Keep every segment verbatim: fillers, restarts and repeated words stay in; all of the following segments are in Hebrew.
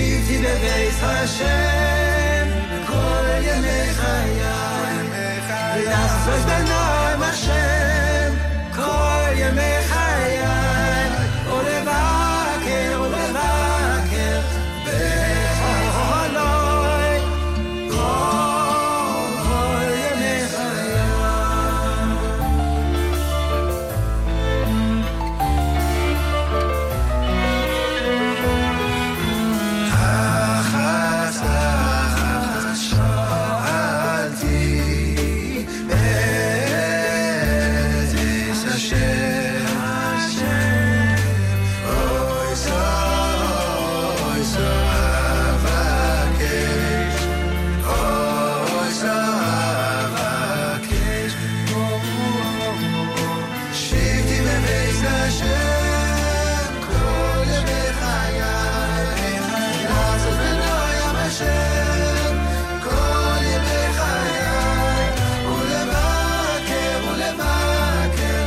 שבתי בבית השם כל ימי חיי, לחזות בנועם השם כל ימי חיי, ולבקר ולבקר בחולוי כל ימי חיי. אחת אחת שאלתי את איש השם, אוי זו אוי זו אבקש, אוי זו אבקש, שבתי בבית השם כל ימי חיי, לעשות בנועם השם כל ימי חיי, ולבקר ולבקר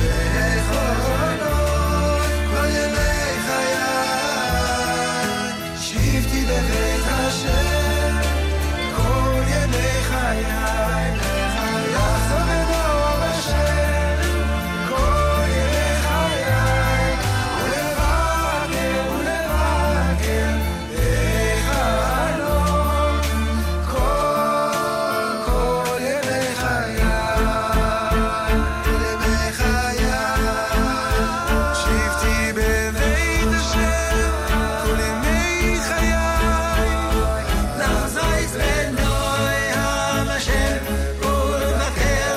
בחולוי כל ימי חיי, שבתי בבית השם כל ימי חיי, לעשות בנועם השם כל ימי חיי, ולבקר ולבקר בחולוי כל כל ימי חיי, כל ימי חיי, שבתי בבית השם כל ימי חיי, לחזות בנועם השם ולבקר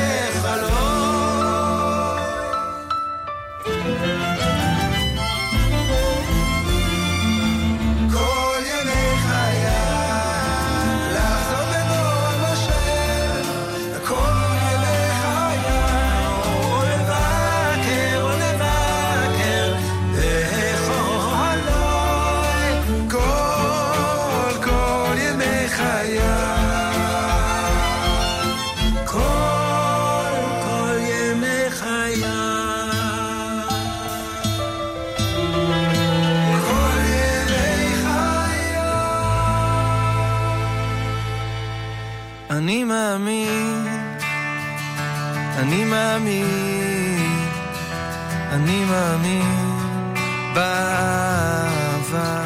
בחולוי כל ימי חיי, לחזות בנועם השם כל ימי חיי, ולבקר ולבקר בחולוי כל כל ימי חיי, כל כל ימי חיי, כל ימי חיי. אני מאמין, אני מאמין, אני מאמין באהבה.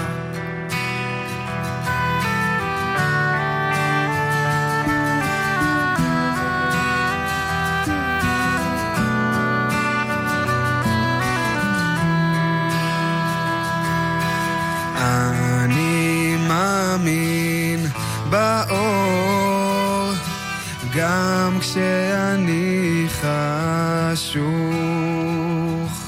אני מאמין באור גם כשאני חשוך,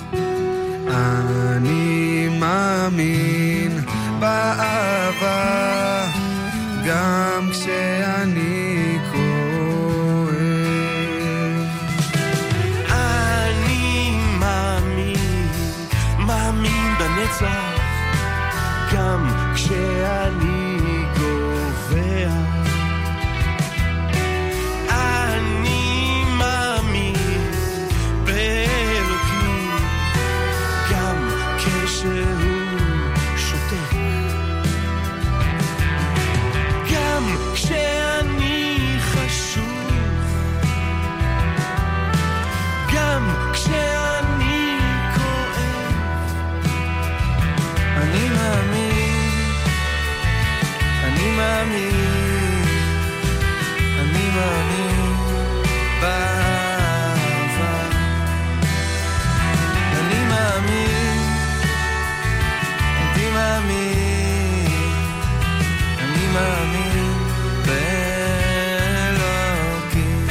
אני מאמין באהבה גם כשאני כואב, אני מאמין, מאמין בנצח גם כשאני גובע, אני מאמין באלוקים גם כשהוא שותק, גם כשאני חשוך, גם כשאני כואב, אני מאמין, אני מאמין, אני מאמין באהבה. אני מאמין, אני מאמין, אני מאמין באלוקים.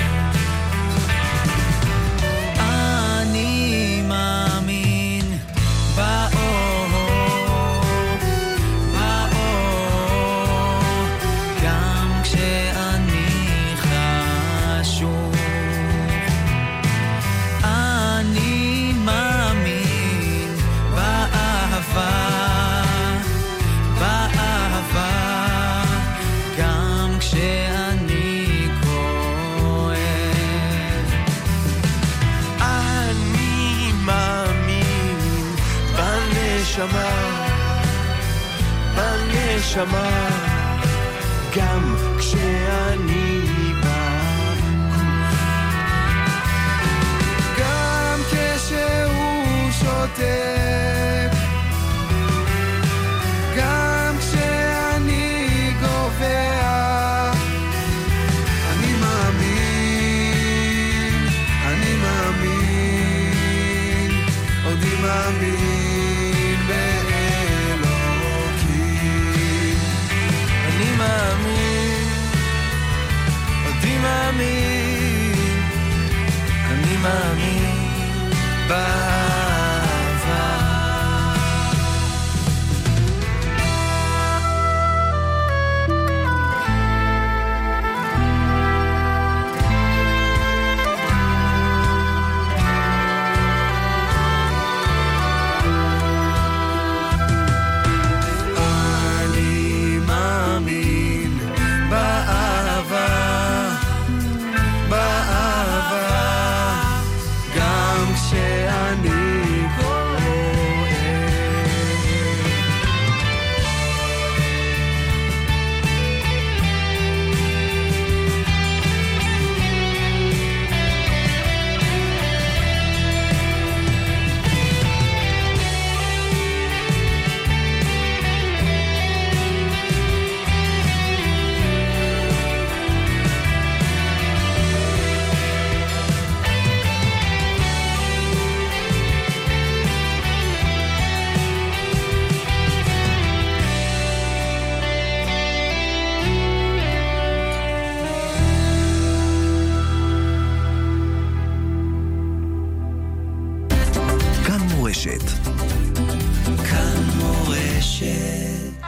אני מאמין באור, באור גם כשאני חשוך, אני מאמין באהבה, באהבה הנשמה, גם כשאני בגוף. גם כשהוא שותק, גם כשאני גובע, אני מאמין, אני מאמין, עודי מאמין באלוקים. אני מאמין, עודי מאמין, אני מאמין באהבה. אני מאמין באהבה, באהבה, גם כשאני כואב. כאן מורשת. כאן מורשת.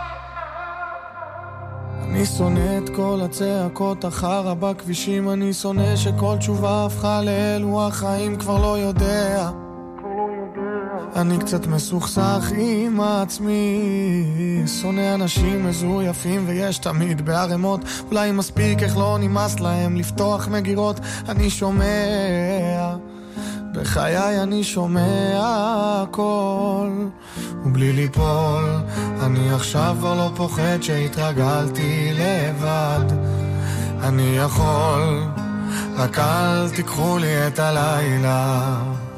אני שונא את כל הצעקות החרא בכבישים, אני שונא שכל תשובה הפכה לאלו החיים כבר לא יודע. אני קצת מסוכסך עם עצמי, שונא אנשים מזויפים ויש תמיד בערימות, אולי מספיק איך לא נמאס להם לפתוח מגירות. אני שומע, בחיי אני שומע הכל, ובלי ליפול אני עכשיו כבר לא פוחד שהתרגלתי לבד. אני יכול, רק אל תיקחו לי את הלילה.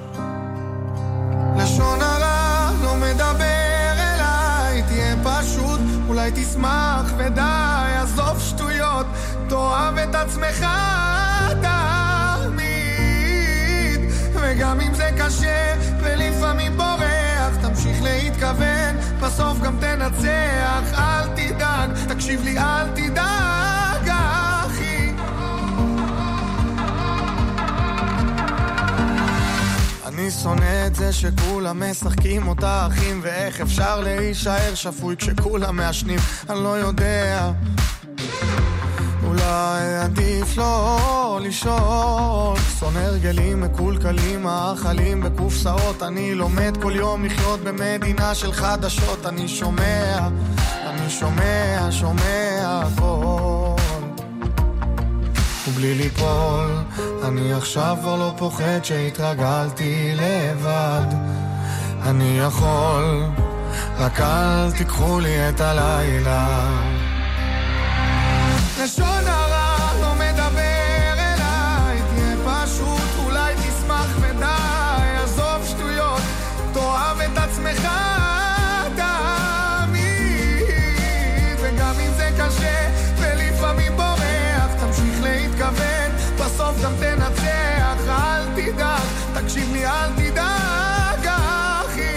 לשון הרע לא מדבר אליי, תהיה פשוט, אולי תשמח ודי, עזוב שטויות, תאהב את עצמך תמיד, וגם אם זה קשה ולפעמים בורח, תמשיך להתכוון, בסוף גם תנצח. אל תדאג, תקשיב לי, אל תדאג אחי. אני שונא את זה שכולם משחקים אותה אחים, ואיך אפשר להישאר שפוי כשכולם מעשנים. אני לא יודע, אולי עדיף לא לשאול. שונא הרגלים מקולקלים, האכלים בקופסאות. אני לומד כל יום לחיות במדינה של חדשות. אני שומע, אני שומע, שומע הכל, ובלי ליפול אני עכשיו כבר לא פוחד שהתרגלתי לבד. אני יכול, רק אל תיקחו לי את הלילה. לשון הרע לא מדבר אליי, תהיה פשוט, אולי תשמח ודי, עזוב שטויות, תאהב את עצמך תמיד, וגם אם זה קשה ולפעמים בורח, תמשיך להתכוון, בסוף גם תנצח. אל תדאג, תקשיב לי, אל תדאג אחי.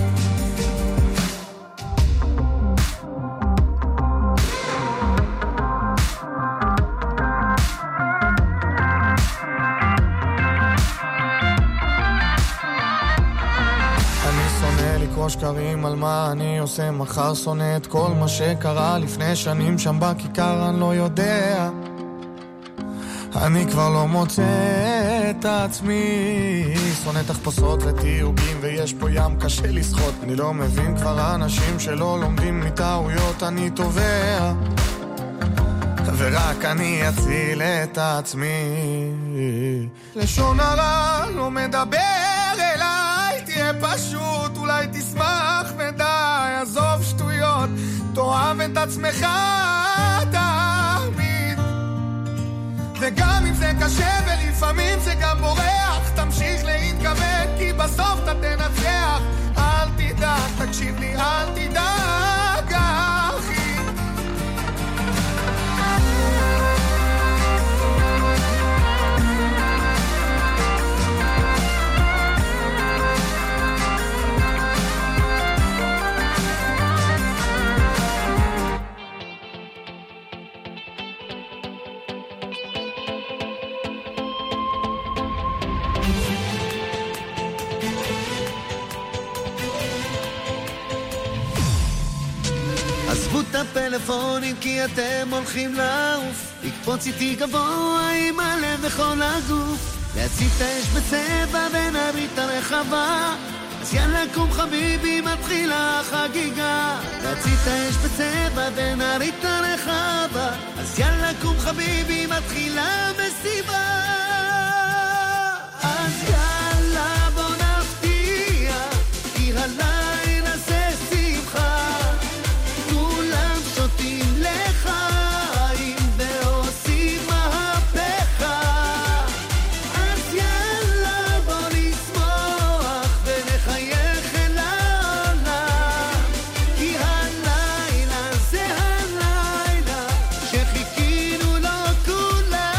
לקרוא שקרים על מה אני עושה מחר, שונא את כל מה שקרה לפני שנים שם בכיכר. אני לא יודע, אני כבר לא מוצא את עצמי, שונא תחפושות ותיוגים ויש פה ים קשה לשחות. אני לא מבין כבר אנשים שלא לומדים מטעויות. אני תובע ורק אני אציל את עצמי. לשון הרע לא מדבר אליי, תהיה פשוט, אולי תשמח ודי, עזוב שטויות, להיות, תאהב את עצמך תמיד. וגם אם זה קשה ולפעמים זה גם בורח, תמשיך להתכוון כי בסוף אתה תנצח. אל תדאג, תקשיב לי, אל תדאג אחי. את הפלאפונים כי אתם הולכים לעוף, לקפוץ איתי גבוה עם הלב וכל הגוף, להציב את האש בצבע ונריד את הרחבה. אז יאללה קום חביבי, מתחילה חגיגה. להציב את האש בצבע ונריד את הרחבה. אז יאללה קום חביבי, מתחילה מסיבה. אז יאללה בוא נפתיע, כי הלילה זה שמחה. שותים לחיים ועושים מהפכה. אז יאללה בוא נשמוח ונחייך אל העולם, כי הלילה זה הלילה שחיכינו לו כולם.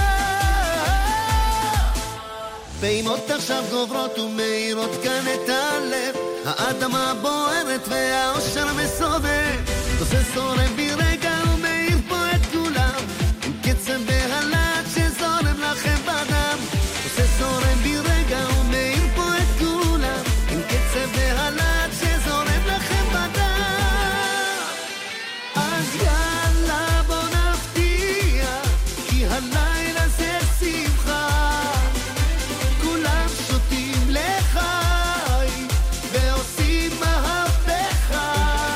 פעימות עכשיו גוברות ומאירות כאן את הלב, האדמה בוערת והאושר מסובב, תוסס אורם ברגע ומאיר פה את כולם, עם קצב בהלת שזורם לכם בדם. תוסס אורם ברגע ומאיר פה את כולם, עם קצב בהלת שזורם לכם בדם. אז יאללה בוא נפתיע, כי הלילה זה שמחה. כולם שותים לחיים ועושים מהפכה.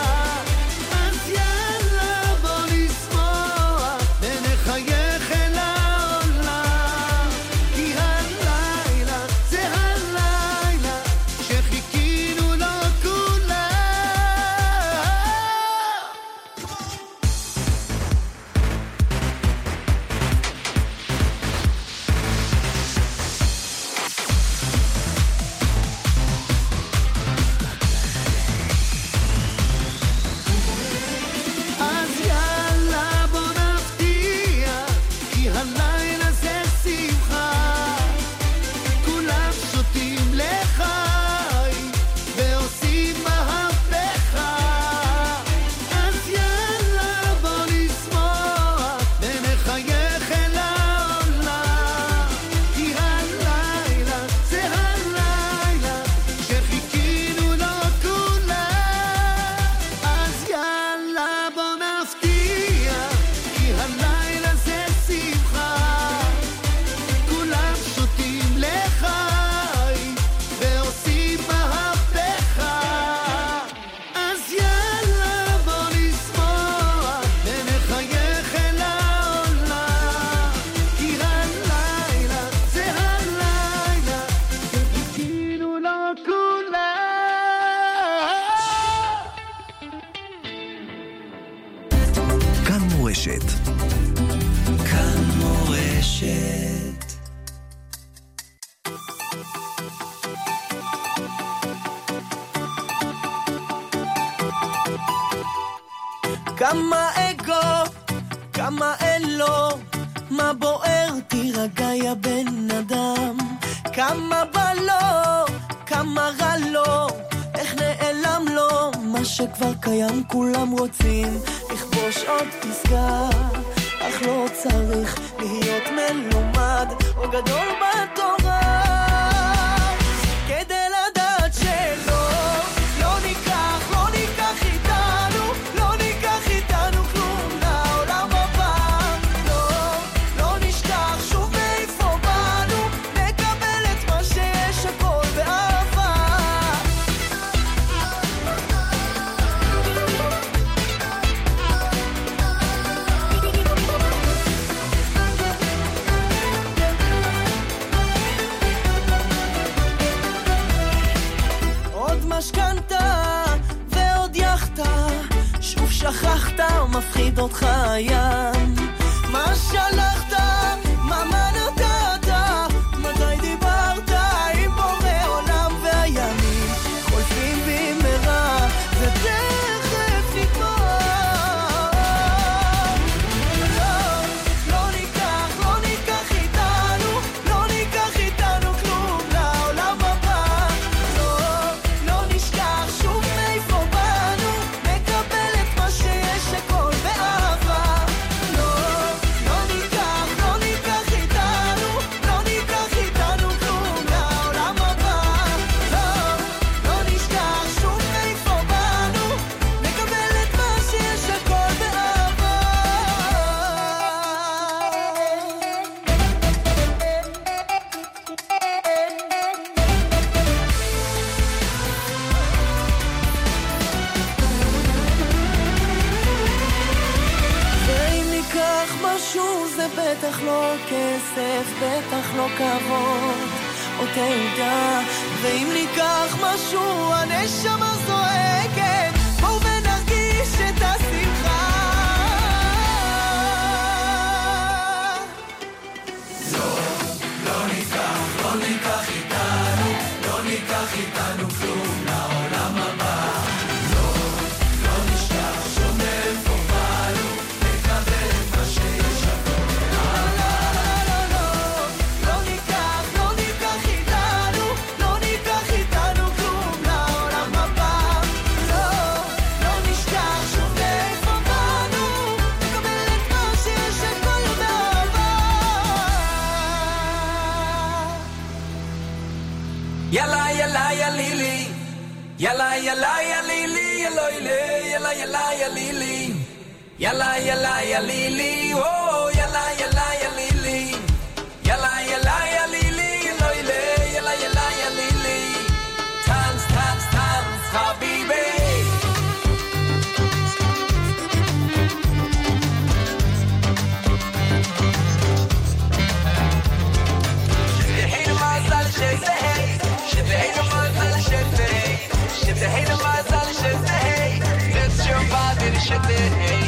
כמה אגו, כמה אלו, מה בוער תירגע יא בן אדם. כמה בא לו, כמה רע לו, איך נעלם לו מה שכבר קיים. כולם רוצים לכבוש עוד פסגה, אך לא צריך להיות מלומד או גדול בתורה כדי לדעת שלא, לא ניקח, לא ניקח איתנו, לא ניקח איתנו כלום לעולם הבא. לא, לא נשכח שוב מאיפה באנו, נקבל את מה שיש הכל באהבה. שלחת מפחיד אותך הים? מה שלחת? מה מנעת? מתי דיברת עם בורא עולם והימים חולפים במהרה ותכף נגמר. לא, לא ניקח, לא ניקח איתנו, לא ניקח איתנו כלום לעולם הבא. לא, לא נשכח שוב מאיפה באנו, נקבל את מה שיש הכל באהבה. לא, לא ניקח, לא ניקח איתנו, לא ניקח איתנו כלום לעולם הבא. לא, לא נשכח שוב מאיפה באנו, נקבל את מה שיש הכל באהבה. ואם ניקח משהו זה בטח לא כסף, בטח לא כבוד או תעודה. ואם ניקח משהו הנשמה זועקת, בואו ונרגיש את השמחה. לא ניקח, לא ניקח איתנו, לא ניקח איתנו כלום לעולם הבא. לא, לא נשכח שום מאיפה באנו, נקבל את מה שיש הכל באהבה. לא ניקח, לא ניקח איתנו, לא ניקח איתנו כלום לעולם הבא. לא, לא נשכח שום מאיפה באנו, נקבל את מה שיש הכל באהבה. יאללה יאללה יא לילי, יאללה יאללה יא לילי, אלוהילי, יאללה יאללה יא לילי, יאללה יאללה יא לילי, או יאללה יאללה יא לילי, יאללה יאללה יא לילי, אלוהילי, יאללה יאללה יא לילי, טאנץ טאנץ טאנץ חביבי. שתהי למזל שזה היי, שתהי למזל שזה היי, שתהי למזל שזה היי, that's your body שתהי.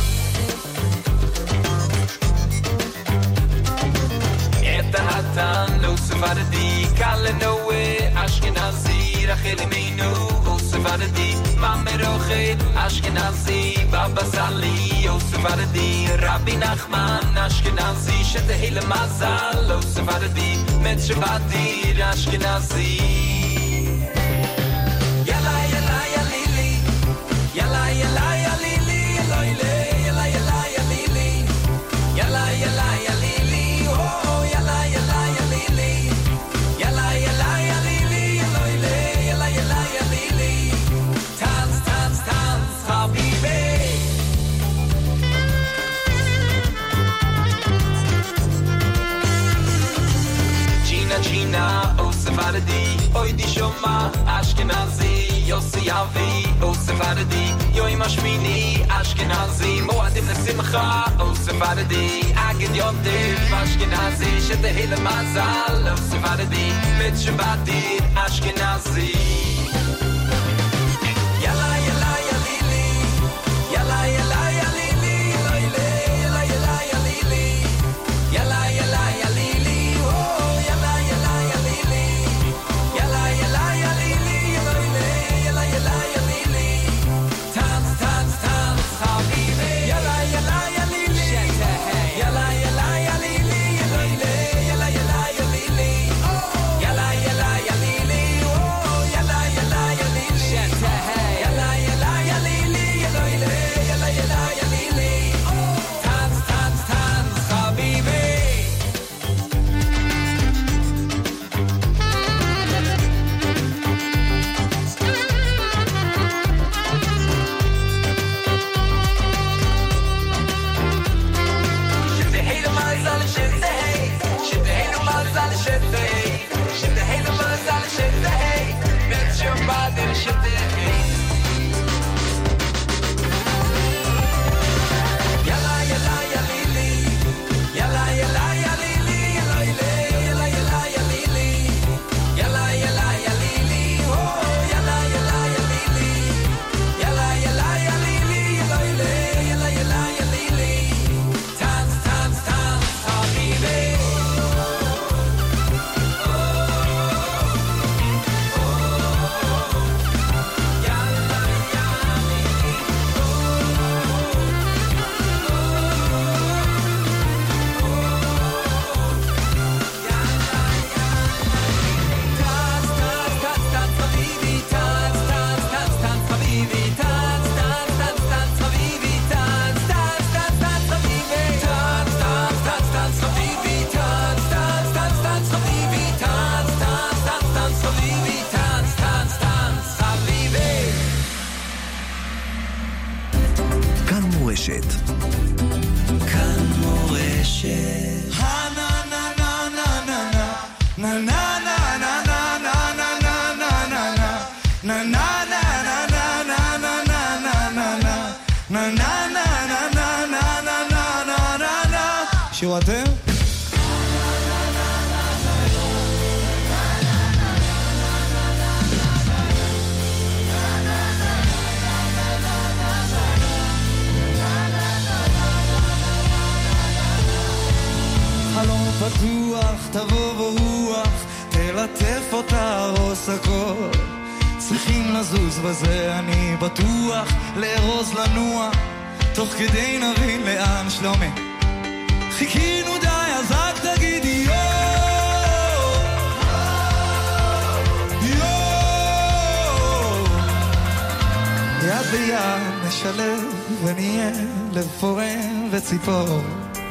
את ההתן לא ספרדי, קלנואה אשכנזי, רחל אמנו או ספרדי, ממרוחת אשכנזי, בבא סאלי או ספרדי, רבי נחמן אשכנזי, שתהי למזל או ספרדי, מצ'בדי אשכנזי. יאללה יאללה יא לילי, יאללה יאללה יא לילי, אלוהילי, יאללה יאללה יא לילי, יאללה יאללה יא לילי, או יאללה יאללה יא לילי, יאללה יאללה יא לילי, אלוהילי, יאללה יאללה יא לילי, טאנץ טאנץ טאנץ חביבי. ג'ינה ג'ינה או ספרדי, אוי די שומע אשכנזי, יוסי אבי או ספרדי, יום השמיני אשכנזי, מועדים לשמחה או ספרדי, אגד יודף אשכנזי, שתהי למזל או ספרדי, מצ'בדי אשכנזי. יאללה יאללה יא לילי, יאללה יאללה יא לילי, אלוהילי, יאללה יאללה יא לילי, יאללה יאללה יא לילי, או יאללה יאללה יא לילי, יאללה יאללה יא לילי, אלוהילי, יאללה יאללה יא לילי, טאנץ טאנץ טאנץ חביבי. יאללה יאללה יא לילי, יאללה יאללה יא לילי, אלוהילי, יאללה יאללה יא לילי, יאללה יאללה יא לילי, או יאללה יאללה כאן מורשת. שירו אתם? חלום פתוח, תבוא ברוח, תלטף אותה רוס הכל. צריכים לזוז בזה, אני בטוח, לארוז לנוע, תוך כדי נבין לאן. שלומי חיכינו די, אז רק תגידי יו יו. יד ביד נשלב ונהיה לב פורם וציפור.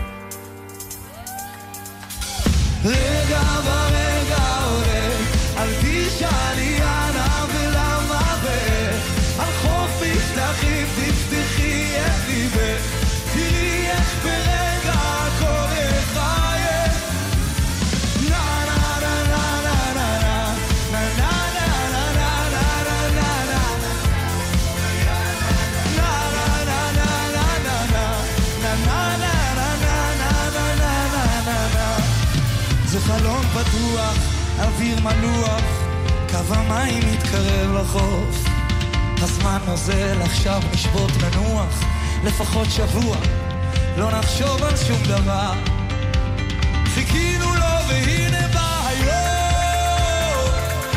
רגע ברגע עולה, אל תשאלי אנה ולמה ואיך. על חוף מבטחים תפתחי את ליבך, תראי איך ברגע הכל יחייך. נה נה נה נה נה נה נה נה נה נה נה. זה חלום פתוח, אוויר מלוח, קו המים מתקרב לחוף. הזמן נוזל, עכשיו נשבות לנוח, לפחות שבוע, לא נחשוב על שום דבר. חיכינו לו והנה בא היום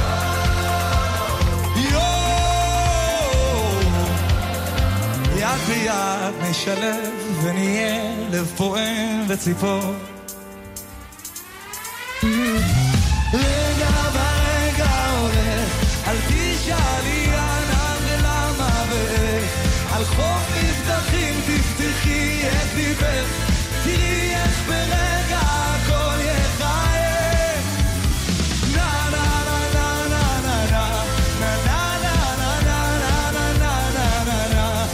יום. יד ביד נשלב ונהיה לב פועם וציפור. רגע ברגע הולך, אל תשאלי אנה ולמה ואיך. על חוף מבטחים תפתחי את ליבך, תראי איך ברגע הכל יחייך. נה נה נה נה נה נה נה נה נה נה נה נה נה נה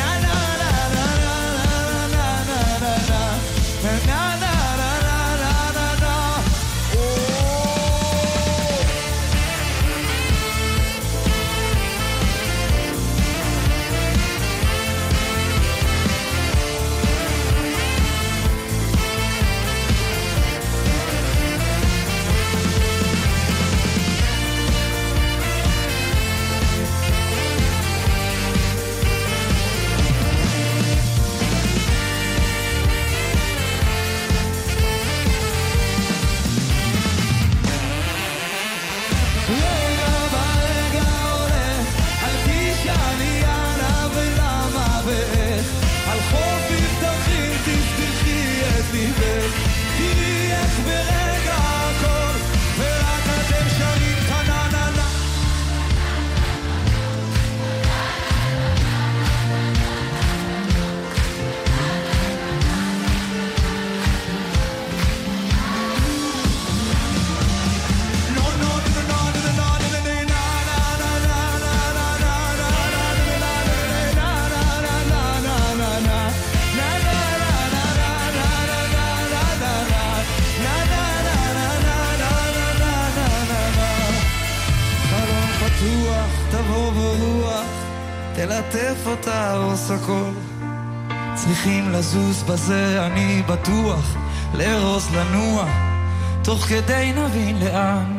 תלטף אותה עוש הכל. צריכים לזוז בזה, אני בטוח, לארוז לנוע, תוך כדי נבין לאן.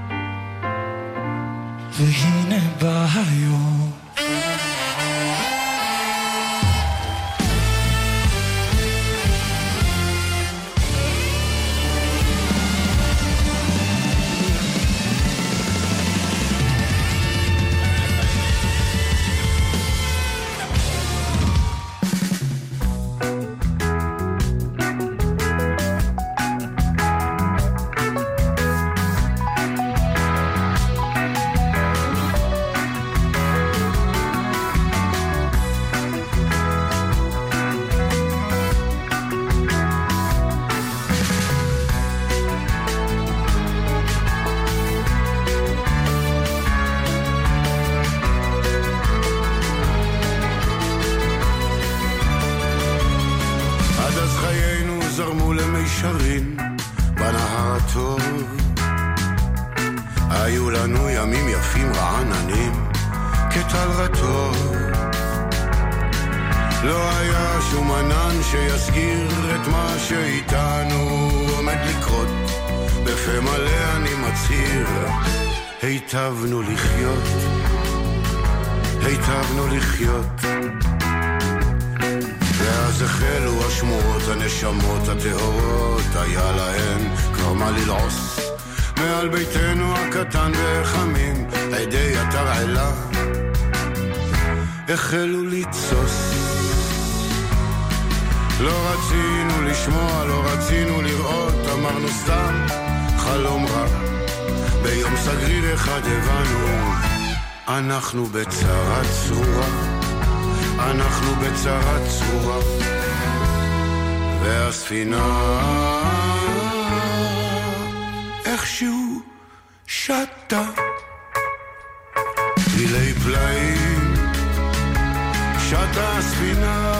והנה בא היום. חיינו זרמו למישרים בנהר הטוב. היו לנו ימים יפים רעננים כטל רטוב. לא היה שום ענן שיסגיר את מה שאיתנו עומד לקרות. בפה מלא אני מצהיר, היטבנו לחיות, היטבנו לחיות. ואז החלו השמועות, הנשמות הטהורות, היה להן כבר מה ללעוס. מעל ביתנו הקטן וחמים, עדי התרעלה החלו לתסוס. לא רצינו לשמוע, לא רצינו לראות, אמרנו סתם חלום רע. ביום סגריר אחד הבנו, אנחנו בצרה צרורה, אנחנו בצרה צרורה. והספינה איכשהו שטה פלילי פלאים, שטה הספינה,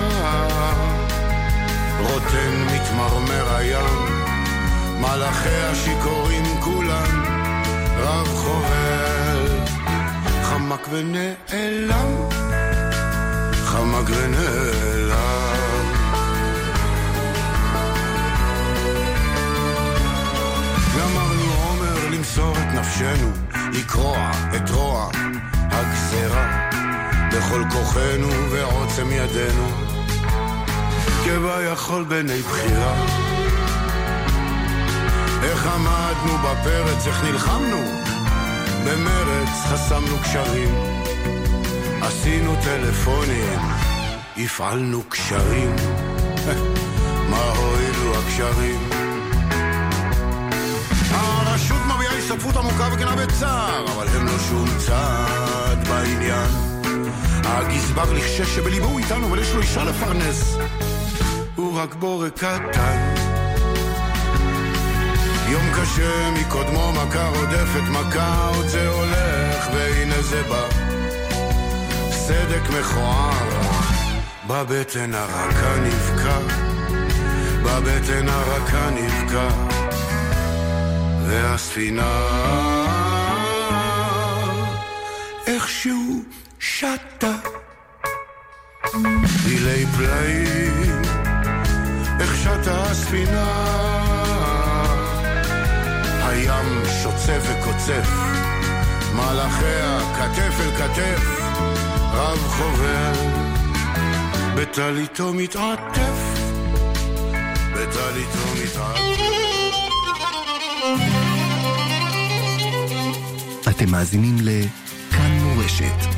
רוטן מתמרמר הים, מלאכי השיכורים כולם, רב חובל חמק ונעלם, חמק ונעלם. גמרנו עומר למסור את נפשנו, לקרוע את רוע הגזרה בכל כוחנו ועוצם ידינו, כביכול בני בחירה. איך עמדנו בפרץ, איך נלחמנו במרץ, חסמנו קשרים, עשינו טלפונים, הפעלנו קשרים. מה הועילו הקשרים? הרשות מביאה השתתפות עמוקה וכנה בצער, אבל הם לא שום צד בעניין. הגזבר לחשש שבליבו הוא איתנו, אבל יש לו אישה לפרנס, הוא רק בורק קטן. יום קשה מקודמו מכה רודפת מכה, עוד זה הולך והנה זה בא. סדק מכוער בבטן הרכה נבקע, בבטן הרכה נבקע. והספינה איכשהו שטה פלילי פלאים, איך שטה הספינה. הים שוצף וקוצף, מלאכיה כתף אל כתף, רב חובל בטליתו מתעטף, בטליתו מתעטף. אתם מאזינים לכאן מורשת.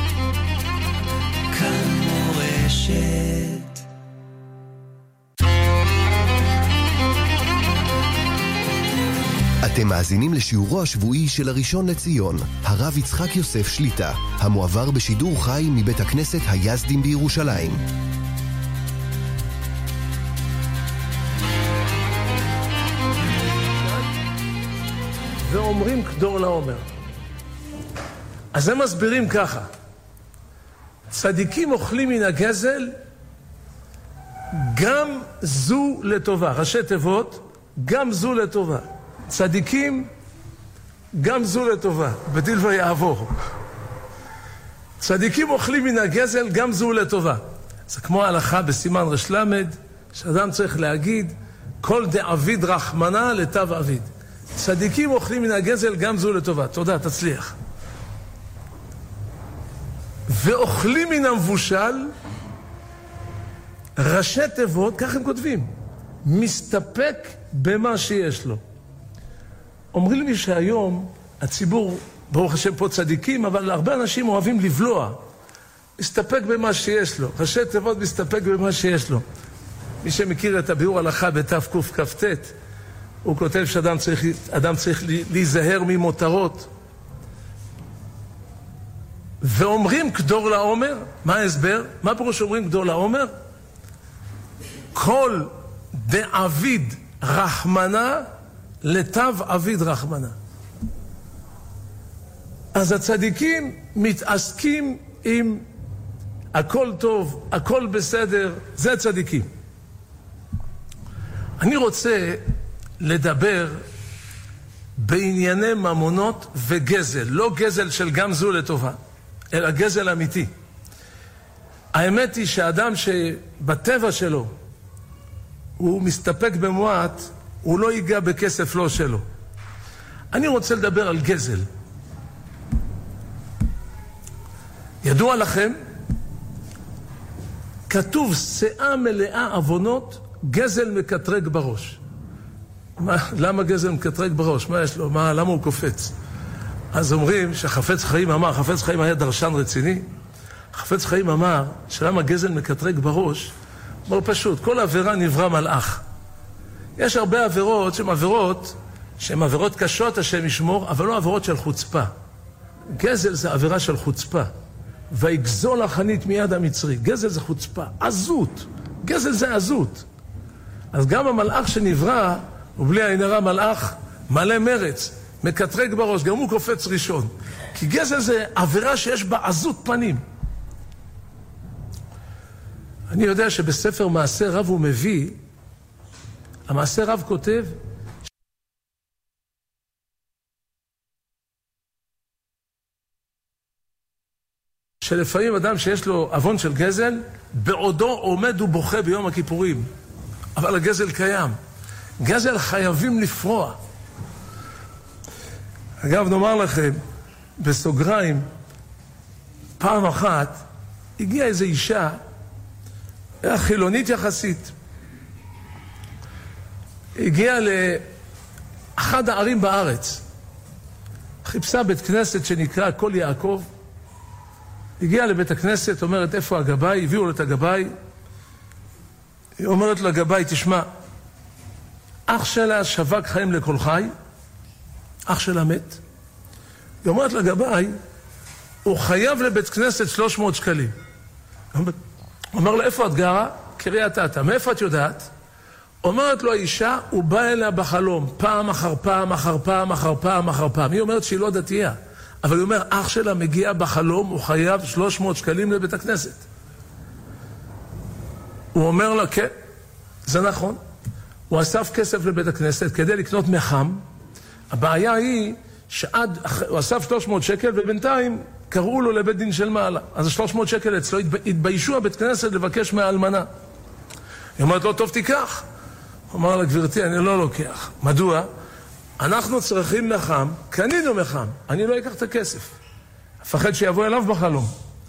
כאן מורשת. אתם מאזינים לשיעורו השבועי של הראשון לציון, הרב יצחק יוסף שליטה, המועבר בשידור חי מבית הכנסת היזדים בירושלים. ואומרים כדור לעומר. אז הם מסבירים ככה: צדיקים אוכלים מן הגזל, גם זו לטובה. ראשי תיבות, גם זו לטובה. צדיקים, גם זו לטובה. בדיל ויעבור. צדיקים אוכלים מן הגזל, גם זו לטובה. זה כמו ההלכה בסימן רש למד, שאדם צריך להגיד, כל דעביד רחמנה לטב עביד. צדיקים אוכלים מן הגזל, גם זו לטובה. תודה, תצליח. ואוכלים מן המבושל, ראשי תיבות, כך הם כותבים, מסתפק במה שיש לו. אומרים לי שהיום הציבור, ברוך השם פה צדיקים, אבל הרבה אנשים אוהבים לבלוע. מסתפק במה שיש לו. ראשי תיבות מסתפק במה שיש לו. מי שמכיר את הביאור הלכה בתף קוף כפתת, הוא כותב שאדם צריך, אדם צריך להיזהר ממותרות. ואומרים כדור לעומר, מה ההסבר? מה פירוש אומרים כדור לעומר? כל דעביד רחמנה לטב עביד רחמנה. אז הצדיקים מתעסקים עם הכל טוב, הכל בסדר, זה צדיקים. אני רוצה לדבר בענייני ממונות וגזל, לא גזל של גם זו לטובה, אלא גזל אמיתי. האמת היא שהאדם שבטבע שלו הוא מסתפק במועט, הוא לא ייגע בכסף לא שלו. אני רוצה לדבר על גזל. ידוע לכם, כתוב שאה מלאה עוונות, גזל מקטרג בראש. מה, למה גזל מקטרג בראש? מה יש לו? מה, למה הוא קופץ? אז אומרים שהחפץ חיים אמר, חפץ חיים היה דרשן רציני, חפץ חיים אמר שלמה גזל מקטרג בראש, מאוד פשוט, כל עבירה נברא מלאך. יש הרבה עבירות שהן עבירות, שהן עבירות קשות השם ישמור, אבל לא עבירות של חוצפה. גזל זה עבירה של חוצפה. ויגזול החנית מיד המצרי. גזל זה חוצפה, עזות. גזל זה עזות. אז גם המלאך שנברא, ובלי עין הרע מלאך מלא מרץ, מקטרג בראש, גם הוא קופץ ראשון. כי גזל זה עבירה שיש בה עזות פנים. אני יודע שבספר מעשה רב הוא מביא, המעשה רב כותב, שלפעמים אדם שיש לו עוון של גזל, בעודו עומד ובוכה ביום הכיפורים. אבל הגזל קיים. גזל חייבים לפרוע. אגב, נאמר לכם, בסוגריים, פעם אחת הגיעה איזו אישה, היה חילונית יחסית. הגיעה לאחד הערים בארץ. חיפשה בית כנסת שנקרא כל יעקב. הגיעה לבית הכנסת, אומרת, איפה הגבאי? הביאו לו את הגבאי. היא אומרת לגבאי, תשמע, אח שלה שווק חיים לכל חי, אח שלה מת. היא אומרת לגבאי, הוא חייב לבית כנסת שלוש מאות שקלים. הוא אומר לה, איפה את גרה? קריית אתא. מאיפה את יודעת? אומרת לו האישה, הוא בא אליה בחלום, פעם אחר פעם אחר פעם אחר פעם אחר פעם. היא אומרת שהיא לא דתייה, אבל היא אומר, אח שלה מגיע בחלום, הוא חייב שלוש מאות שקלים לבית הכנסת. הוא אומר לה, כן, זה נכון. הוא אסף כסף לבית הכנסת כדי לקנות מחם. הבעיה היא שעד, הוא אסף שלוש מאות שקל ובינתיים קראו לו לבית דין של מעלה. אז שלוש מאות שקל אצלו התביישו הבית כנסת לבקש מהאלמנה. היא אומרת לו, טוב תיקח. הוא אמר לה, גברתי, אני לא לוקח. מדוע? אנחנו צריכים מחם, קנינו מחם, אני לא אקח את הכסף. אפחד שיבוא אליו בחלום.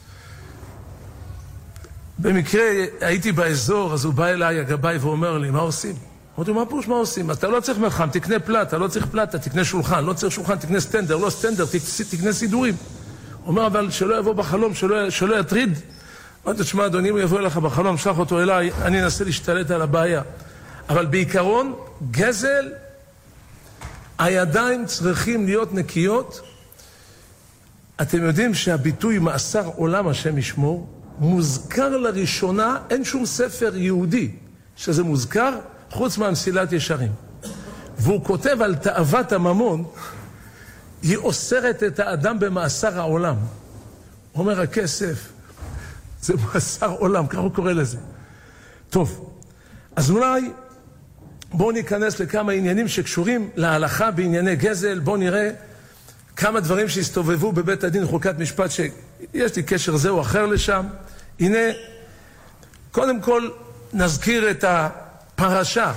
במקרה הייתי באזור, אז הוא בא אליי הגבאי ואומר לי, מה עושים? אמרתי, מה פוש, מה עושים? אתה לא צריך מחם, תקנה פלטה, לא צריך פלטה, תקנה שולחן, לא צריך שולחן, תקנה סטנדר, לא סטנדר, תקנה סידורים. הוא אומר, אבל שלא יבוא בחלום, שלא, שלא יטריד. אמרתי, תשמע, אדוני, אם הוא יבוא אליך בחלום, שלח אותו אליי, אני אנסה להשתלט על הבעיה. אבל בעיקרון, גזל, הידיים צריכים להיות נקיות. אתם יודעים שהביטוי מאסר עולם השם ישמור, מוזכר לראשונה, אין שום ספר יהודי שזה מוזכר, חוץ מהמסילת ישרים. והוא כותב על תאוות הממון, היא אוסרת את האדם במאסר העולם. הוא אומר, הכסף, זה מאסר עולם, ככה הוא קורא לזה. טוב, אז אולי בואו ניכנס לכמה עניינים שקשורים להלכה בענייני גזל. בואו נראה כמה דברים שהסתובבו בבית הדין חוקת משפט שיש לי קשר זה או אחר לשם. הנה, קודם כל נזכיר את הפרשה.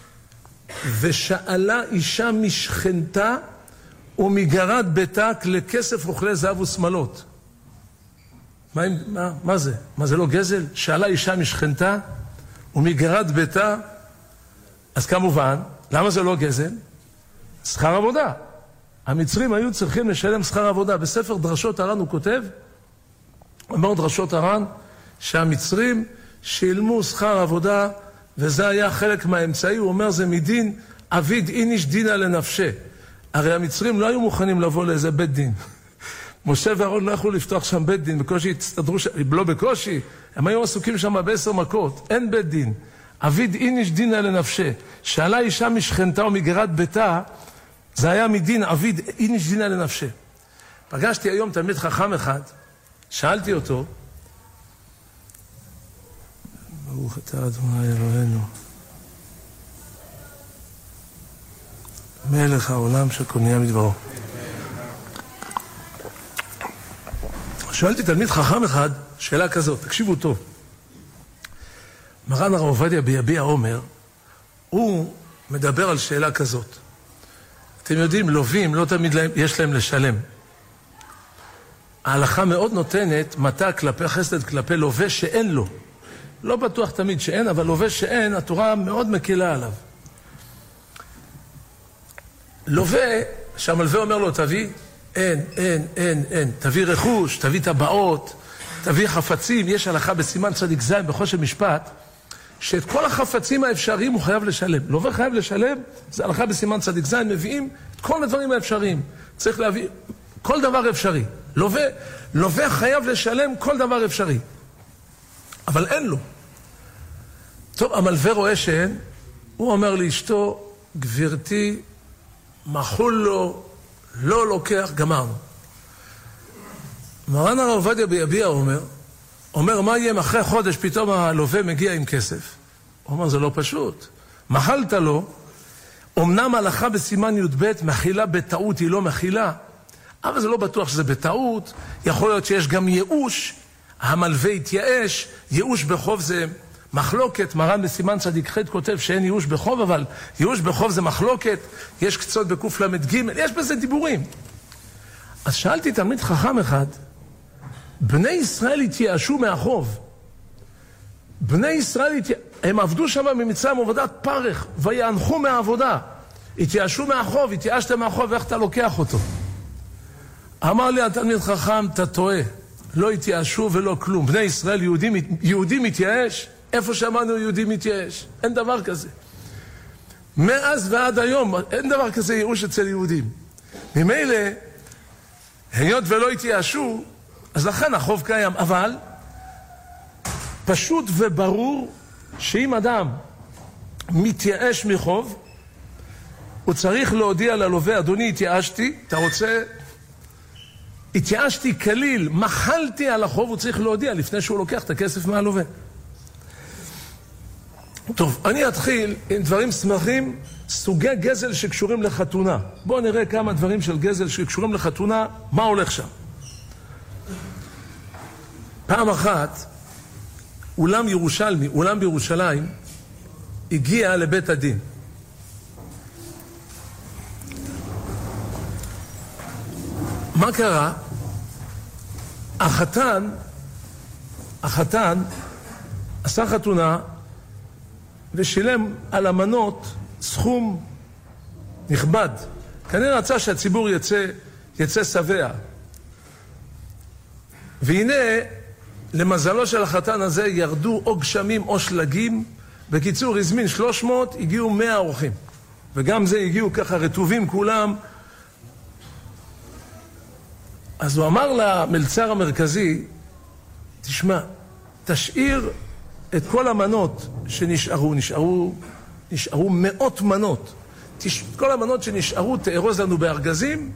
ושאלה אישה משכנתה ומגרד ביתה כלי כסף וכלי זהב ושמלות. מה, מה, מה זה? מה זה לא גזל? שאלה אישה משכנתה ומגרד ביתה. אז כמובן, למה זה לא גזל? שכר עבודה. המצרים היו צריכים לשלם שכר עבודה. בספר דרשות הר"ן הוא כותב, אומר דרשות הר"ן, שהמצרים שילמו שכר עבודה, וזה היה חלק מהאמצעי. הוא אומר, זה מדין אביד איניש דינה לנפשה. הרי המצרים לא היו מוכנים לבוא לאיזה בית דין. משה ואהרון לא יכלו לפתוח שם בית דין, בקושי הצטדרו, לא בקושי, הם היו עסוקים שם בעשר מכות, אין בית דין. אביד איניש דינה לנפשה. שאלה אישה משכנתה ומגרד ביתה, זה היה מדין אביד איניש דינה לנפשה. פגשתי היום תלמיד חכם אחד, שאלתי אותו, ברוך אתה אדוני אלוהינו, מלך העולם שקוניה מדברו. שואלתי תלמיד חכם אחד, שאלה כזאת, תקשיבו טוב. מרן הרב עובדיה ביביע אומר, הוא מדבר על שאלה כזאת. אתם יודעים, לווים, לא תמיד להם, יש להם לשלם. ההלכה מאוד נותנת מטה כלפי חסד, כלפי לווה שאין לו. לא בטוח תמיד שאין, אבל לווה שאין, התורה מאוד מקילה עליו. לווה, שהמלווה אומר לו, תביא, אין, אין, אין, אין. תביא רכוש, תביא טבעות, תביא חפצים. יש הלכה בסימן צדיק זין בחושן משפט, שאת כל החפצים האפשריים הוא חייב לשלם. לווה חייב לשלם, זה הלכה בסימן צדיק זין, מביאים את כל הדברים האפשריים. צריך להביא כל דבר אפשרי. לווה, לווה חייב לשלם כל דבר אפשרי. אבל אין לו. טוב, המלווה רואה שאין, הוא אומר לאשתו, גברתי, מחול לו, לא לוקח, גמרנו. מרן הרב עובדיה ביביע אומר, אומר, מה יהיה אחרי חודש, פתאום הלווה מגיע עם כסף. הוא אומר, זה לא פשוט. מחלת לו, אמנם הלכה בסימן י"ב, מחילה בטעות, היא לא מחילה, אבל זה לא בטוח שזה בטעות, יכול להיות שיש גם ייאוש, המלווה התייאש, ייאוש בחוב זה מחלוקת, מרן בסימן צדיק ח' כותב שאין ייאוש בחוב, אבל ייאוש בחוב זה מחלוקת, יש קצות בקוף למד ג', יש בזה דיבורים. אז שאלתי תלמיד חכם אחד, בני ישראל התייאשו מהחוב. בני ישראל התייאשו, הם עבדו שם ממצרים עבודת פרך, ויענחו מהעבודה. התייאשו מהחוב, התייאשתם מהחוב, ואיך אתה לוקח אותו? אמר לי התלמיד חכם, אתה טועה. לא התייאשו ולא כלום. בני ישראל, יהודים, יהודים מתייאש? איפה שאמרנו יהודים מתייאש? אין דבר כזה. מאז ועד היום, אין דבר כזה ייאוש אצל יהודים. ממילא, היות ולא התייאשו, אז לכן החוב קיים. אבל, פשוט וברור, שאם אדם מתייאש מחוב, הוא צריך להודיע ללווה, אדוני, התייאשתי, אתה רוצה... התייאשתי כליל, מחלתי על החוב, הוא צריך להודיע לפני שהוא לוקח את הכסף מהלווה. טוב, אני אתחיל עם דברים שמחים, סוגי גזל שקשורים לחתונה. בואו נראה כמה דברים של גזל שקשורים לחתונה, מה הולך שם. פעם אחת, אולם ירושלמי, אולם בירושלים, הגיע לבית הדין. מה קרה? החתן, החתן עשה חתונה ושילם על המנות סכום נכבד. כנראה רצה שהציבור יצא, יצא שבע. והנה, למזלו של החתן הזה ירדו או גשמים או שלגים. בקיצור, הזמין שלוש מאות, הגיעו מאה אורחים. וגם זה הגיעו ככה רטובים כולם. אז הוא אמר למלצר המרכזי, תשמע, תשאיר את כל המנות שנשארו, נשארו, נשארו מאות מנות. תש... כל המנות שנשארו תארוז לנו בארגזים,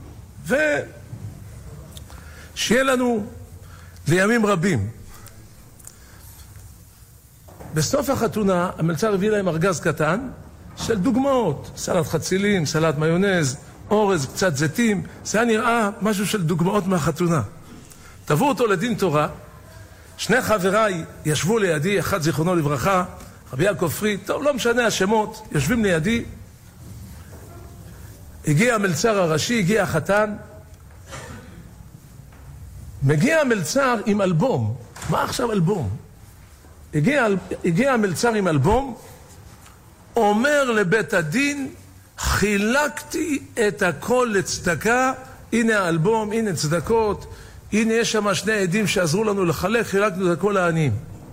ושיהיה לנו לימים רבים. בסוף החתונה, המלצר הביא להם ארגז קטן של דוגמאות, סלט חצילים, סלט מיונז, אורז, קצת זיתים, זה היה נראה משהו של דוגמאות מהחתונה. תבוא אותו לדין תורה, שני חבריי ישבו לידי, אחד זיכרונו לברכה, רבי יעקב פריד, טוב, לא משנה השמות, יושבים לידי, הגיע המלצר הראשי, הגיע החתן, מגיע המלצר עם אלבום. מה עכשיו אלבום? הגיע, הגיע המלצר עם אלבום, אומר לבית הדין, חילקתי את הכל לצדקה, הנה האלבום, הנה צדקות, הנה יש שם שני עדים שעזרו לנו לחלק, חילקנו את הכל לעניים.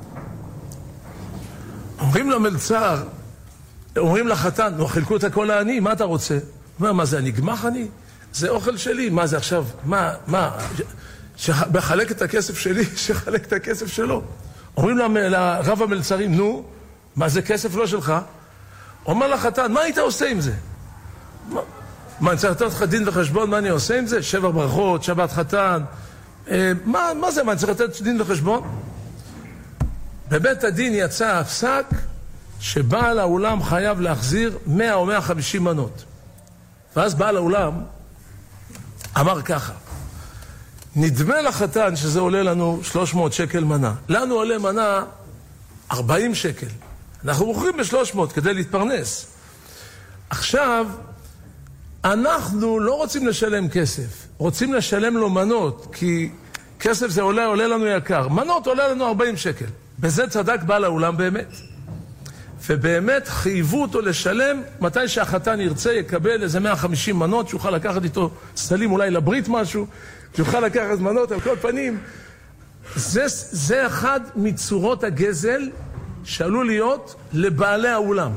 אומרים למלצר, אומרים לחתן, לא חילקו את הכל לעניים, מה אתה רוצה? הוא אומר, מה זה, אני גמח אני? זה אוכל שלי, מה זה עכשיו? מה, מה? בחלק את הכסף שלי, שחלק את הכסף שלו. אומרים לרב המלצרים, נו, מה זה כסף לא שלך? אומר לחתן, מה היית עושה עם זה? מה, מה אני צריך לתת לך דין וחשבון, מה אני עושה עם זה? שבע ברכות, שבת חתן, אה, מה, מה זה, מה אני צריך לתת דין וחשבון? בבית הדין יצא הפסק שבעל האולם חייב להחזיר מאה או מאה וחמישים מנות. ואז בעל האולם אמר ככה, נדמה לחתן שזה עולה לנו שלוש מאות שקל מנה. לנו עולה מנה ארבעים שקל. אנחנו מוכרים ב-שלוש מאות כדי להתפרנס. עכשיו, אנחנו לא רוצים לשלם כסף, רוצים לשלם לו מנות, כי כסף זה עולה, עולה לנו יקר. מנות עולה לנו ארבעים שקל. בזה צדק בעל האולם באמת. ובאמת חייבו אותו לשלם, מתי שהחתן ירצה יקבל איזה מאה וחמישים מנות, שיוכל לקחת איתו סלים אולי לברית משהו, שיוכל לקחת מנות על כל פנים. זה, זה אחד מצורות הגזל שעלול להיות לבעלי האולם.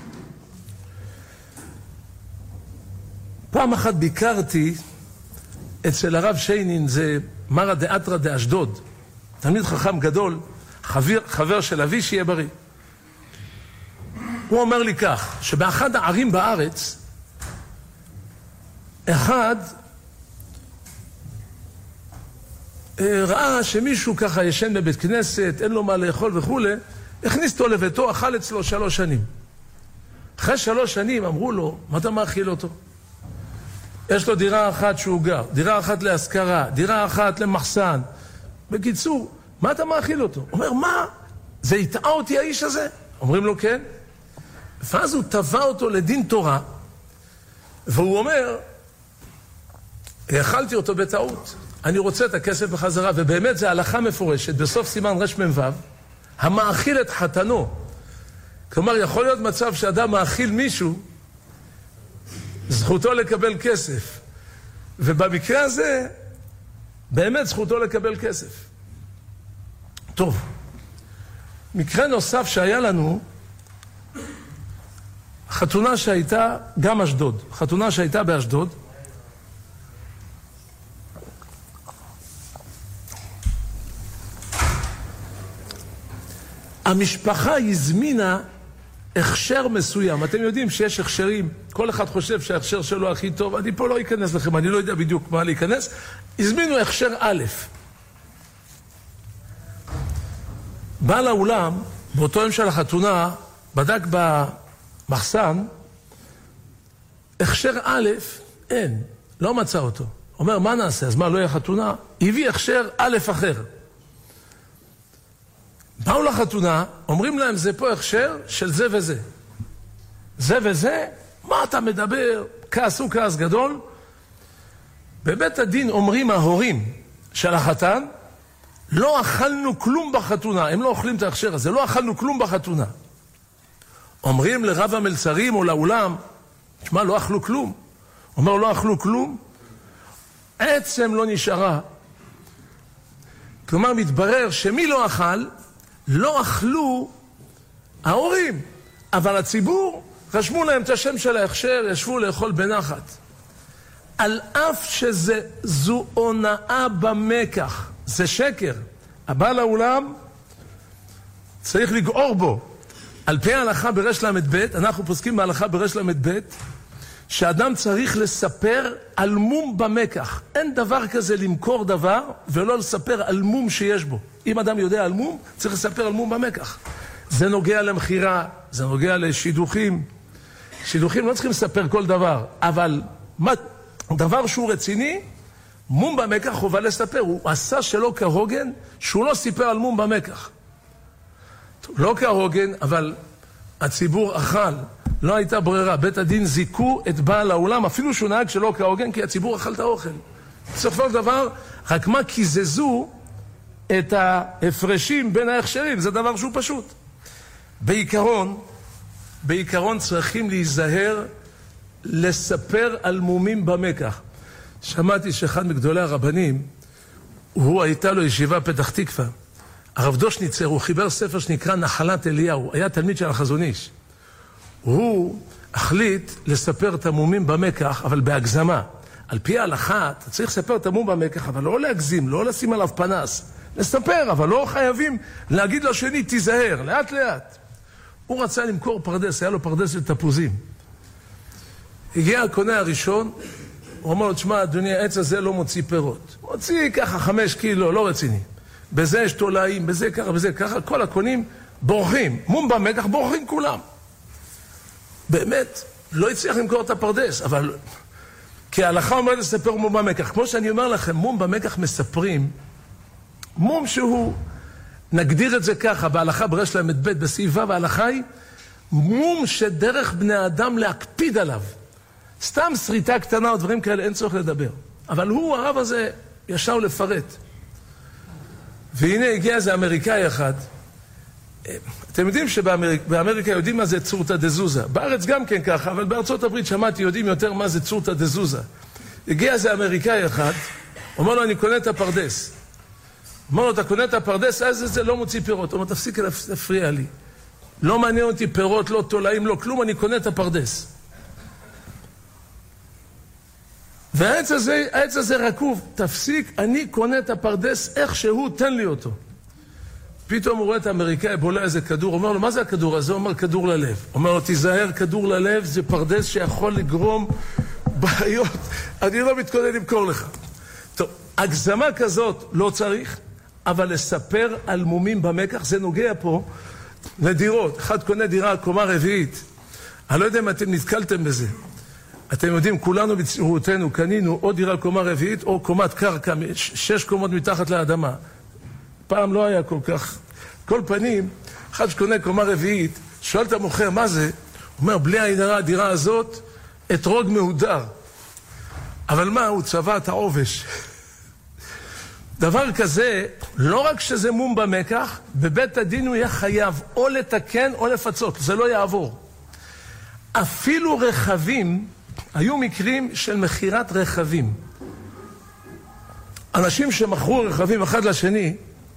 פעם אחת ביקרתי אצל הרב שיינין, זה מרא דאתרא דאשדוד, תלמיד חכם גדול, חבר, חבר של אבי שיהיה בריא. הוא אומר לי כך, שבאחד הערים בארץ, אחד ראה שמישהו ככה ישן בבית כנסת, אין לו מה לאכול וכו', הכניס אותו לביתו, אכל אצלו שלוש שנים. אחרי שלוש שנים אמרו לו, מה אתה מאכיל אותו? יש לו דירה אחת שהוא גר, דירה אחת להשכרה, דירה אחת למחסן. בקיצור, מה אתה מאכיל אותו? הוא אומר, מה? זה יטעה אותי האיש הזה? אומרים לו, כן. ואז הוא טבע אותו לדין תורה, והוא אומר, האכלתי אותו בטעות, אני רוצה את הכסף בחזרה, ובאמת זה הלכה מפורשת, בסוף סימן רש מ"ו, המאכיל את חתנו. כלומר, יכול להיות מצב שאדם מאכיל מישהו, זכותו לקבל כסף. ובמקרה הזה, באמת זכותו לקבל כסף. טוב, מקרה נוסף שהיה לנו, חתונה שהייתה, גם אשדוד, חתונה שהייתה באשדוד, המשפחה הזמינה הכשר מסוים. אתם יודעים שיש הכשרים, כל אחד חושב שההכשר שלו הכי טוב, אני פה לא אכנס לכם, אני לא יודע בדיוק מה להיכנס. הזמינו הכשר א'. בעל האולם, באותו יום של החתונה, בדק במחסן, הכשר א', אין, לא מצא אותו. אומר, מה נעשה? אז מה, לא יהיה חתונה? הביא הכשר א' אחר. באו לחתונה, אומרים להם, זה פה הכשר של זה וזה. זה וזה? מה אתה מדבר? כעסו כעס גדול. בבית הדין אומרים ההורים של החתן, לא אכלנו כלום בחתונה, הם לא אוכלים את ההכשר הזה, לא אכלנו כלום בחתונה. אומרים לרב המלצרים או לאולם, תשמע, לא אכלו כלום. אומר, לא אכלו כלום, עצם לא נשארה. כלומר, מתברר שמי לא אכל, לא אכלו ההורים, אבל הציבור רשמו להם את השם של ההכשר, ישבו לאכול בנחת. על אף שזו הונאה במקח, זה שקר. הבעל האולם צריך לגעור בו. על פי ההלכה ברש למד ב', אנחנו פוסקים בהלכה ברש למד ב', שאדם צריך לספר על מום במקח. אין דבר כזה למכור דבר ולא לספר על מום שיש בו. אם אדם יודע על מום, צריך לספר על מום במקח. זה נוגע למחירה, זה נוגע לשידוכים. שידוכים לא צריכים לספר כל דבר, אבל מה, דבר שהוא רציני, מום במקח חובה לספר. הוא עשה שלא כהוגן, שהוא לא סיפר על מום במקח. לא כהוגן, אבל הציבור אכל. לא הייתה ברירה. בית הדין זיקו את בעל האולם, אפילו שהוא נהג שלא כהוגן, כי הציבור אכל את האוכל. בסופו של דבר, רק מה קיזזו את ההפרשים בין ההכשרים, זה דבר שהוא פשוט. בעיקרון, בעיקרון צריכים להיזהר לספר על מומים במקח. שמעתי שאחד מגדולי הרבנים, הוא הייתה לו ישיבה פתח תקווה. הרב דושניצר, הוא חיבר ספר שנקרא נחלת אליהו, היה תלמיד של החזון איש. הוא החליט לספר את המומים במקח, אבל בהגזמה. על פי ההלכה, אתה צריך לספר את המום במקח, אבל לא להגזים, לא לשים עליו פנס. לספר, אבל לא חייבים להגיד לשני, תיזהר, לאט לאט. הוא רצה למכור פרדס, היה לו פרדס של תפוזים. הגיע הקונה הראשון, הוא אמר לו, תשמע, אדוני, העץ הזה לא מוציא פירות. מוציא ככה חמש קילו, לא רציני. בזה יש תולעים, בזה ככה, בזה ככה, כל הקונים בורחים. מום במקח בורחים כולם. באמת, לא הצליח למכור את הפרדס, אבל כהלכה עומד לספר מום במקח. כמו שאני אומר לכם, מום במקח מספרים, מום שהוא, נגדיר את זה ככה, בהלכה ברש להם את בית בסעיבה, וההלכה היא מום שדרך בני האדם להקפיד עליו. סתם שריטה קטנה או דברים כאלה, אין צורך לדבר. אבל הוא, הרב הזה, ישר לפרט. והנה הגיע איזה אמריקאי אחד. אתם יודעים שבאמריקה יודעים מה זה צורתא דזוזה. בארץ גם כן ככה, אבל בארצות הברית שמעתי יודעים יותר מה זה צורתא דזוזה. הגיע איזה אמריקאי אחד, אומר לו, אני קונה את הפרדס. אומר לו, אתה קונה את הפרדס, אז זה לא מוציא פירות. אומר, תפסיק להפריע לי. לא מעניין אותי פירות, לא תולעים, לא כלום, אני קונה את הפרדס. והעץ הזה, העץ הזה רקוב, תפסיק, אני קונה את הפרדס איכשהו, תן לי אותו. פתאום הוא רואה את האמריקאי, בולע איזה כדור, אומר לו, מה זה הכדור הזה? הוא אומר, כדור ללב. אומר לו, תיזהר, כדור ללב, זה פרדס שיכול לגרום בעיות, אני לא מתכונן למכור לך. טוב, הגזמה כזאת לא צריך, אבל לספר על מומים במקח, זה נוגע פה לדירות. אחד קונה דירה, קומה רביעית. אני לא יודע אם אתם נתקלתם בזה. אתם יודעים, כולנו בצעירותנו קנינו או דירה קומה רביעית או קומת קרקע, שש קומות מתחת לאדמה. פעם לא היה כל כך. כל פנים, אחד שקונה קומה רביעית, שואל את המוכר, מה זה? הוא אומר, בלי העינרה, הדירה הזאת, אתרוג מהודר. אבל מה? הוא צבע את העובש. דבר כזה, לא רק שזה מום במקח, בבית הדין הוא יהיה חייב או לתקן או לפצות. זה לא יעבור. אפילו רכבים, היו מקרים של מחירת רכבים. אנשים שמכרו רכבים אחד לשני,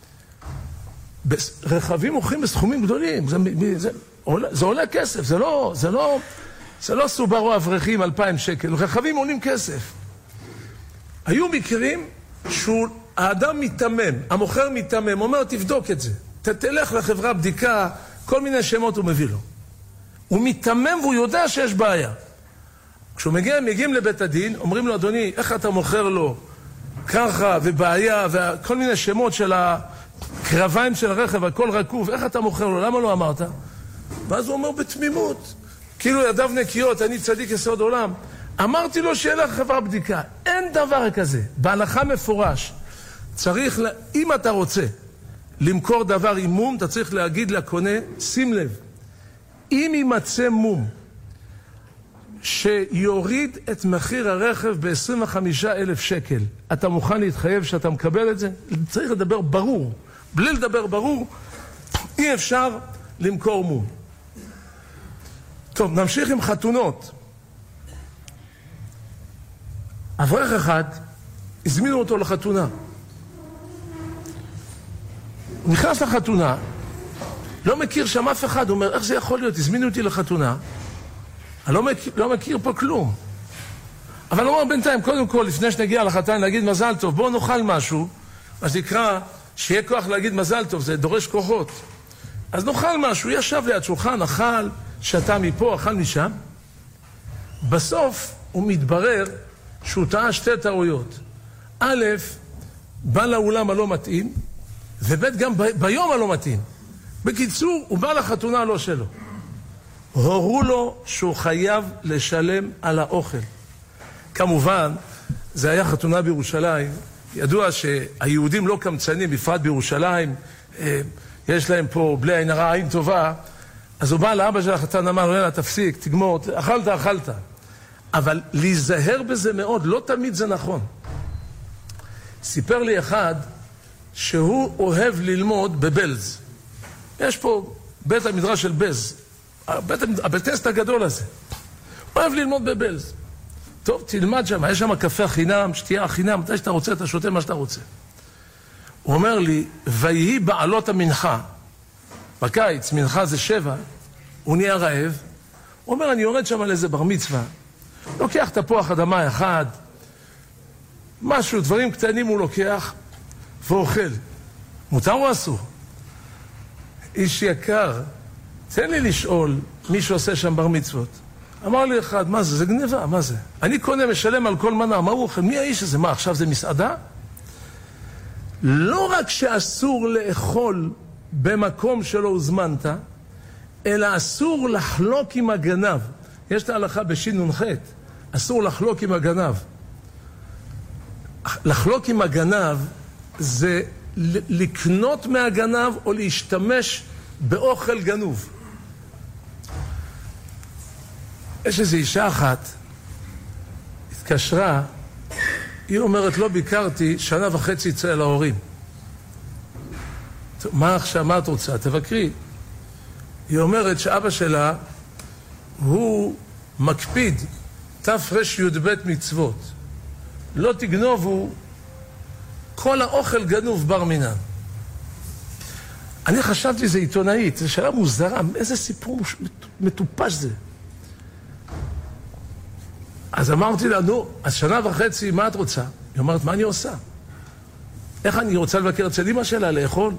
רכבים מוכרים בסכומים גדולים, זה, זה, זה עולה כסף, זה לא, זה לא, זה לא סוברו אברכים אלפיים שקל, רכבים עולים כסף. היו מקרים שהאדם מתמם, המוכר מתמם, אומר תבדוק את זה, ת, תלך לחברה בדיקה, כל מיני שמות הוא מביא לו. הוא מתמם והוא יודע שיש בעיה. כשהוא מגיע, מגיעים לבית הדין, אומרים לו, אדוני, איך אתה מוכר לו ככה ובעיה וכל מיני שמות של הקרביים של הרכב, הכל רקוב, איך אתה מוכר לו? למה לא אמרת? ואז הוא אומר בתמימות, כאילו ידיו נקיות, אני צדיק יסוד עולם. אמרתי לו שיהיה לך חברה בדיקה. אין דבר כזה. בהלכה מפורש. צריך, לה... אם אתה רוצה למכור דבר עם מום, אתה צריך להגיד לקונה, שים לב, אם יימצא מום שיוריד את מחיר הרכב ב-עשרים וחמישה אלף שקל, אתה מוכן להתחייב שאתה מקבל את זה? צריך לדבר ברור. בלי לדבר ברור, אי אפשר למכור מום. טוב, נמשיך עם חתונות. אברך אחד, הזמינו אותו לחתונה. הוא נכנס לחתונה, לא מכיר שם אף אחד, הוא אומר, איך זה יכול להיות? הזמינו אותי לחתונה, אני לא מכיר, לא מכיר פה כלום. אבל הוא אומר בינתיים, קודם כל, לפני שנגיע לחתן, להגיד מזל טוב, בואו נאכל משהו, מה שנקרא, שיהיה כוח להגיד מזל טוב, זה דורש כוחות. אז נאכל משהו, ישב ליד שולחן, אכל, שתה מפה, אכל משם. בסוף הוא מתברר שהוא טעה שתי טעויות. א', בא לאולם הלא מתאים, וב' גם ב- ביום הלא מתאים. בקיצור, הוא בא לחתונה הלא שלו. הורו לו שהוא חייב לשלם על האוכל. כמובן, זה היה חתונה בירושלים. ידוע שהיהודים לא קמצנים, בפרט בירושלים, יש להם פה בלי עין הרע, עין טובה. אז הוא בא לאבא של החתן, אמר, יאללה, תפסיק, תגמור, אכלת, אכלת. אבל להיזהר בזה מאוד, לא תמיד זה נכון. סיפר לי אחד שהוא אוהב ללמוד בבלז. יש פה בית המדרש של בלז, הבית, הבית כנסת הגדול הזה. הוא אוהב ללמוד בבלז. טוב, תלמד שם, יש שם קפה חינם, שתייה חינם, מתי שאתה רוצה, אתה שותה מה שאתה רוצה. הוא אומר לי, ויהי בעלות המנחה, בקיץ, מנחה זה שבע, הוא נהיה רעב, הוא אומר, אני יורד שם על איזה בר מצווה, לוקח תפוח אדמה אחד, משהו, דברים קטנים הוא לוקח, ואוכל. מותר או אסור? איש יקר, תן לי לשאול מי שעושה שם בר מצוות. אמר לי אחד, מה זה? זה גניבה, מה זה? אני קונה, משלם על כל מנה, מה הוא אוכל? מי האיש הזה? מה, עכשיו זה מסעדה? לא רק שאסור לאכול במקום שלא הוזמנת, אלא אסור לחלוק עם הגנב. יש את ההלכה בשינון ח', אסור לחלוק עם הגנב. לחלוק עם הגנב זה לקנות מהגנב או להשתמש באוכל גנוב. יש איזו אישה אחת, התקשרה, היא אומרת, לא ביקרתי שנה וחצי אצל ההורים. מה עכשיו, מה את רוצה? תבקרי. היא אומרת שאבא שלה הוא מקפיד תפרש י"ב מצוות. לא תגנובו, כל האוכל גנוב בר מינן. אני חשבתי זה עיתונאית, זו שאלה מוזרה, איזה סיפור מטופש זה. אז אמרתי לה, נו, אז שנה וחצי, מה את רוצה? היא אומרת, מה אני עושה? איך אני רוצה לבקר אצל אמא שלה לאכול?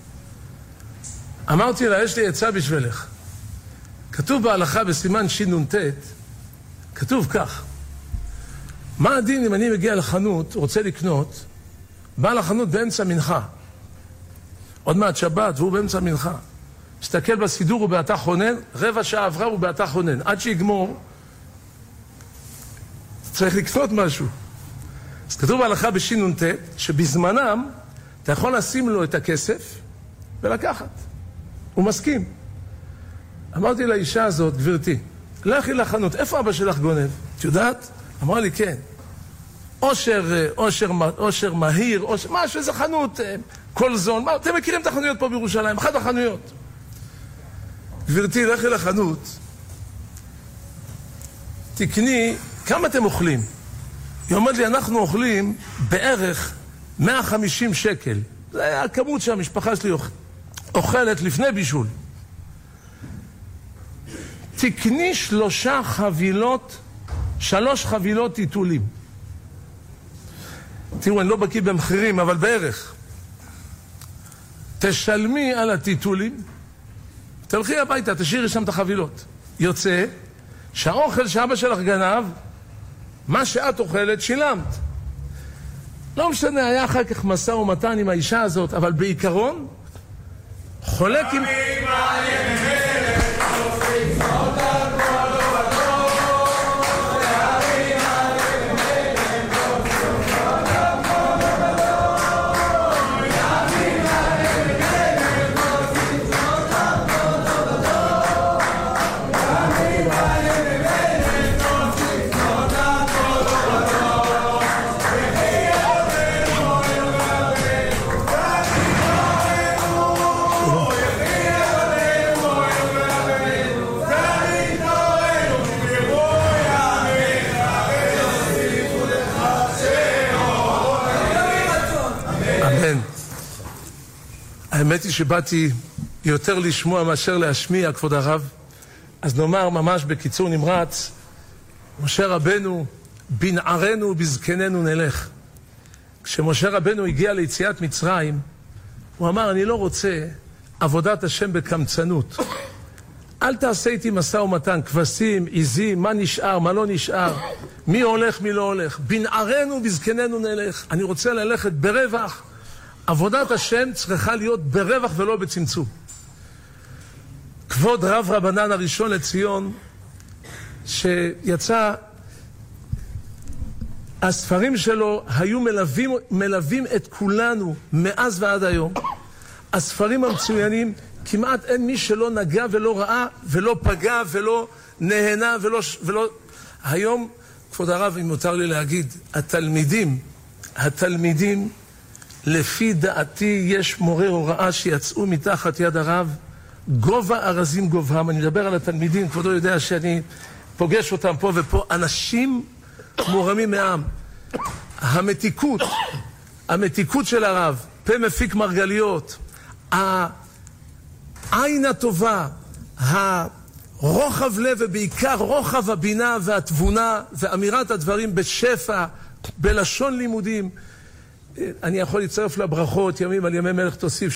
אמרתי לה, יש לי עצה בשבילך. כתוב בהלכה בסימן שינון ת', כתוב כך, מה הדין אם אני מגיע לחנות, רוצה לקנות, בא לחנות באמצע מנחה, עוד מעט שבת והוא באמצע מנחה, מסתכל בסידור ובעתה חונן, רבע שעה עברה ובעתה חונן, עד שיגמור, צריך לקנות משהו. אז כתוב בהלכה בשינון ת', שבזמנם אתה יכול לשים לו את הכסף ולקחת. הוא מסכים. אמרתי לאישה הזאת, גברתי, לכי לחנות, איפה אבא שלך גונב? את יודעת? אמרה לי, כן. אושר, אושר, אושר מהיר, אושר, משהו, איזה חנות, כל זון, מה, אתם מכירים את החנויות פה בירושלים, אחת החנויות. גברתי, לכי לחנות, תקני, כמה אתם אוכלים? היא אומרת לי, אנחנו אוכלים בערך מאה וחמישים שקל. זה הכמות שהמשפחה שלי אוכלת לפני בישול. תקני שלושה חבילות, שלוש חבילות טיטולים. תראו, אני לא בקיא במחירים, אבל בערך. תשלמי על הטיטולים, תלכי הביתה, תשאירי שם את החבילות. יוצא שהאוכל שאבא שלך גנב, מה שאת אוכלת, שילמת. לא משנה, היה אחר כך מסע ומתן עם האישה הזאת, אבל בעיקרון, חולק עם... האמת היא שבאתי יותר לשמוע מאשר להשמיע, כבוד הרב. אז נאמר ממש בקיצור נמרץ, משה רבנו, בנערנו ובזקננו נלך. כשמשה רבנו הגיע ליציאת מצרים, הוא אמר, אני לא רוצה עבודת השם בקמצנות. אל תעשה איתי משא ומתן, כבשים, עיזים, מה נשאר, מה לא נשאר, מי הולך, מי לא הולך. בנערנו ובזקננו נלך. אני רוצה ללכת ברווח. עבודת השם צריכה להיות ברווח ולא בצמצום. כבוד רב רבנן הראשון לציון, שיצא, הספרים שלו היו מלווים, מלווים את כולנו מאז ועד היום. הספרים המצוינים, כמעט אין מי שלא נגע ולא ראה ולא פגע ולא נהנה ולא... ולא... היום, כבוד הרב, אם מותר לי להגיד, התלמידים, התלמידים, לפי דעתי יש מורה הוראה שיצאו מתחת יד הרב, גובה ארזים גובהם. אני מדבר על התלמידים, כבודו יודע שאני פוגש אותם פה ופה, אנשים מורמים מעם. המתיקות, המתיקות של הרב, פה מפיק מרגליות, העין הטובה, הרוחב לב ובעיקר רוחב הבינה והתבונה ואמירת הדברים בשפע, בלשון לימודים. אני יכול להצטרף לברכות, ימים על ימי מלך תוסיף.